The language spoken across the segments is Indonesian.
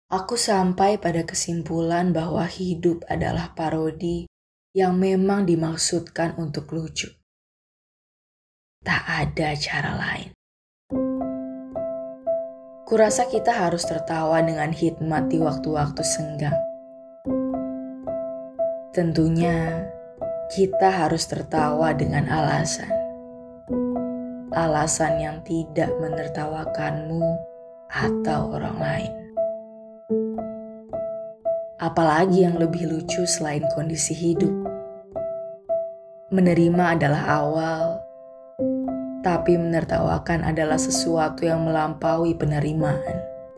Aku sampai pada kesimpulan bahwa hidup adalah parodi yang memang dimaksudkan untuk lucu. Tak ada cara lain. Kurasa kita harus tertawa dengan hikmat di waktu-waktu senggang. Tentunya kita harus tertawa dengan alasan. Alasan yang tidak menertawakanmu atau orang lain. Apalagi yang lebih lucu selain kondisi hidup. Menerima adalah awal, tapi menertawakan adalah sesuatu yang melampaui penerimaan.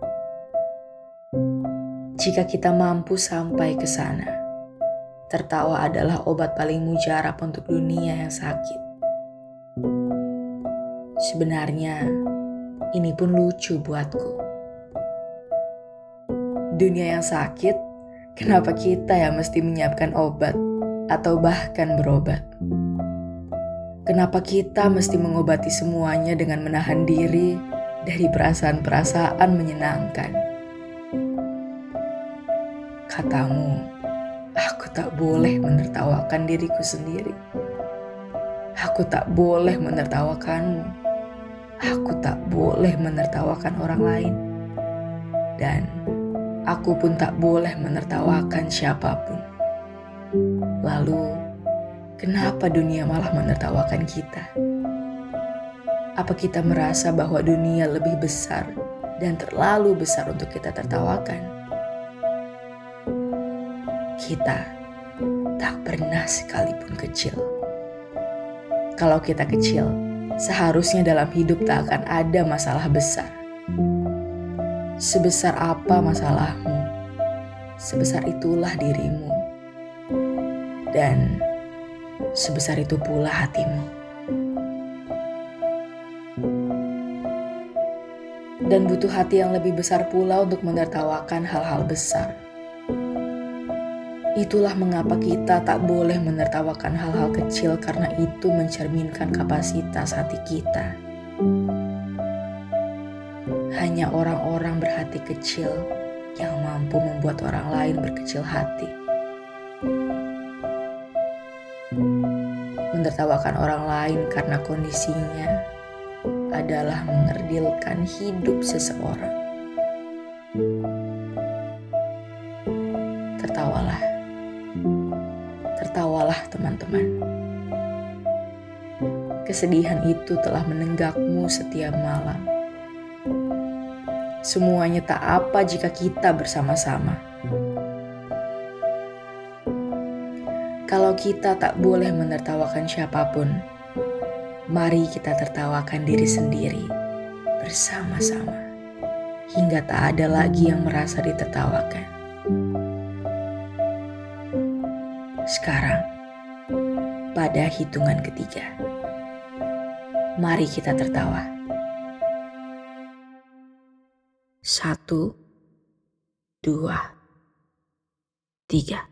Jika kita mampu sampai ke sana, tertawa adalah obat paling mujarab untuk dunia yang sakit. Sebenarnya, ini pun lucu buatku. Dunia yang sakit, kenapa kita yang mesti menyiapkan obat atau bahkan berobat? Kenapa kita mesti mengobati semuanya dengan menahan diri dari perasaan-perasaan menyenangkan? Katamu, aku tak boleh menertawakan diriku sendiri. Aku tak boleh menertawakanmu. Aku tak boleh menertawakan orang lain. Dan aku pun tak boleh menertawakan siapapun. Lalu, kenapa dunia malah menertawakan kita? Apa kita merasa bahwa dunia lebih besar dan terlalu besar untuk kita tertawakan? Kita tak pernah sekalipun kecil. Kalau kita kecil, seharusnya dalam hidup tak akan ada masalah besar. Sebesar apa masalahmu, sebesar itulah dirimu. Dan sebesar itu pula hatimu. Dan butuh hati yang lebih besar pula untuk menertawakan hal-hal besar. Itulah mengapa kita tak boleh menertawakan hal-hal kecil karena itu mencerminkan kapasitas hati kita. Hanya orang-orang berhati kecil yang mampu membuat orang lain berkecil hati. Menertawakan orang lain karena kondisinya adalah mengerdilkan hidup seseorang. Tertawalah. Tertawalah teman-teman. Kesedihan itu telah menenggakmu setiap malam. Semuanya tak apa jika kita bersama-sama. Kalau kita tak boleh menertawakan siapapun, mari kita tertawakan diri sendiri bersama-sama. Hingga tak ada lagi yang merasa ditertawakan. Sekarang, pada hitungan ketiga, mari kita tertawa. 1, 2, 3.